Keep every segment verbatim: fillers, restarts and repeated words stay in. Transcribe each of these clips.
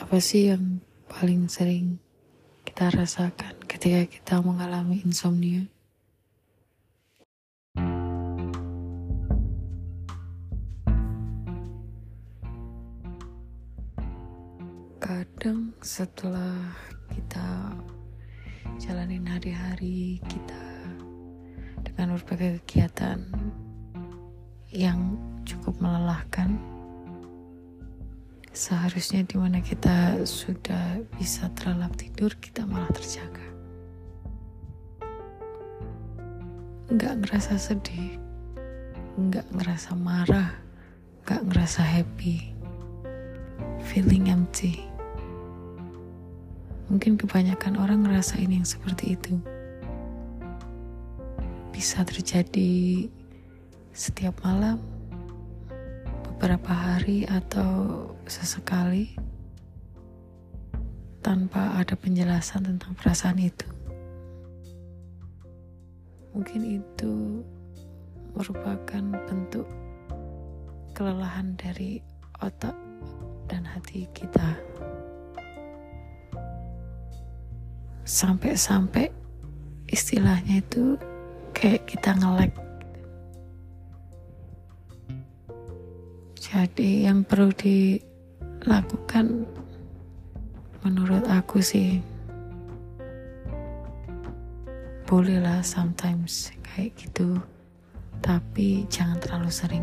Apa sih yang paling sering kita rasakan ketika kita mengalami insomnia? Kadang setelah kita jalanin hari-hari kita dengan berbagai kegiatan yang cukup melelahkan, seharusnya dimana kita sudah bisa terlelap tidur, kita malah terjaga. Nggak ngerasa sedih, nggak ngerasa marah, nggak ngerasa happy, feeling empty. Mungkin kebanyakan orang ngerasain yang seperti itu. Bisa terjadi setiap malam, beberapa hari, atau sesekali tanpa ada penjelasan tentang perasaan itu. Mungkin itu merupakan bentuk kelelahan dari otak dan hati kita. Sampai-sampai istilahnya itu kayak kita nge-lag. Jadi yang perlu dilakukan menurut aku sih, bolehlah sometimes kayak gitu, tapi jangan terlalu sering.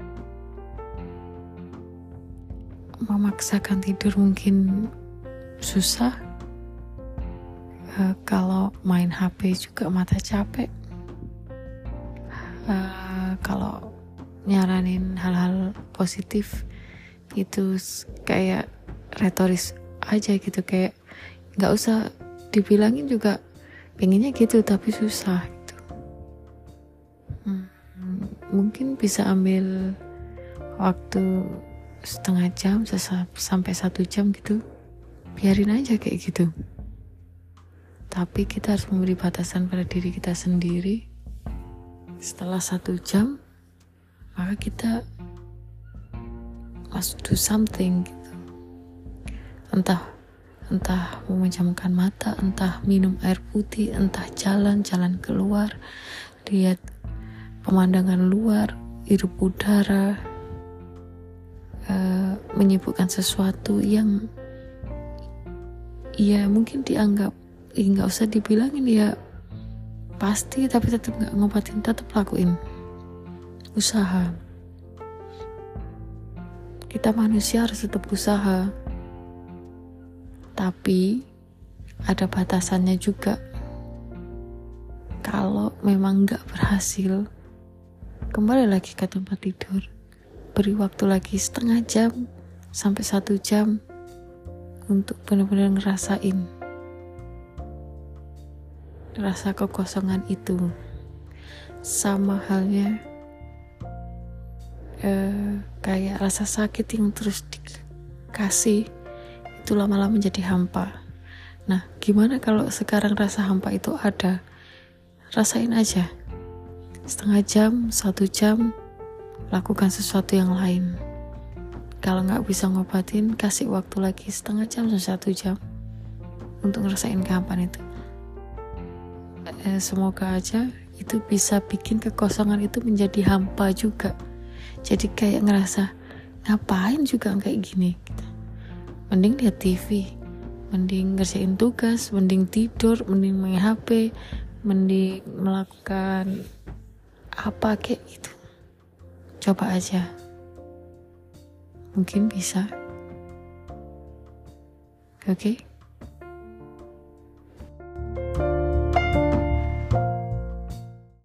Memaksakan tidur mungkin susah. Uh, kalau main H P juga mata capek. Uh, kalau nyaranin hal-hal positif itu kayak retoris aja gitu, kayak nggak usah dibilangin juga pengennya gitu, tapi susah gitu. Hmm, mungkin bisa ambil waktu setengah jam sampai satu jam gitu, biarin aja kayak gitu. Tapi kita harus memberi batasan pada diri kita sendiri. Setelah satu jam, maka kita must do something gitu. Entah entah memejamkan mata, entah minum air putih, entah jalan-jalan keluar, lihat pemandangan luar, hirup udara, uh, menyibukkan sesuatu yang ya mungkin dianggap nggak usah dibilangin ya pasti, tapi tetap nggak ngobatin, tetap lakuin. Usaha. Kita manusia harus tetap usaha, tapi ada batasannya juga. Kalau memang nggak berhasil, kembali lagi ke tempat tidur. Beri waktu lagi setengah jam sampai satu jam untuk benar-benar ngerasain rasa kekosongan itu. Sama halnya eh, kayak rasa sakit yang terus dikasih, itu lama-lama menjadi hampa. Nah, gimana kalau sekarang rasa hampa itu ada? Rasain aja. Setengah jam, satu jam, lakukan sesuatu yang lain. Kalau nggak bisa ngobatin, kasih waktu lagi setengah jam sampai satu jam untuk ngerasain kehampaan itu. Eh, semoga aja itu bisa bikin kekosongan itu menjadi hampa juga. Jadi kayak ngerasa ngapain juga kayak gini gitu. Mending lihat T V, mending ngerjain tugas, mending tidur, mending main H P, mending melakukan apa kayak gitu. Coba aja, mungkin bisa. Oke okay?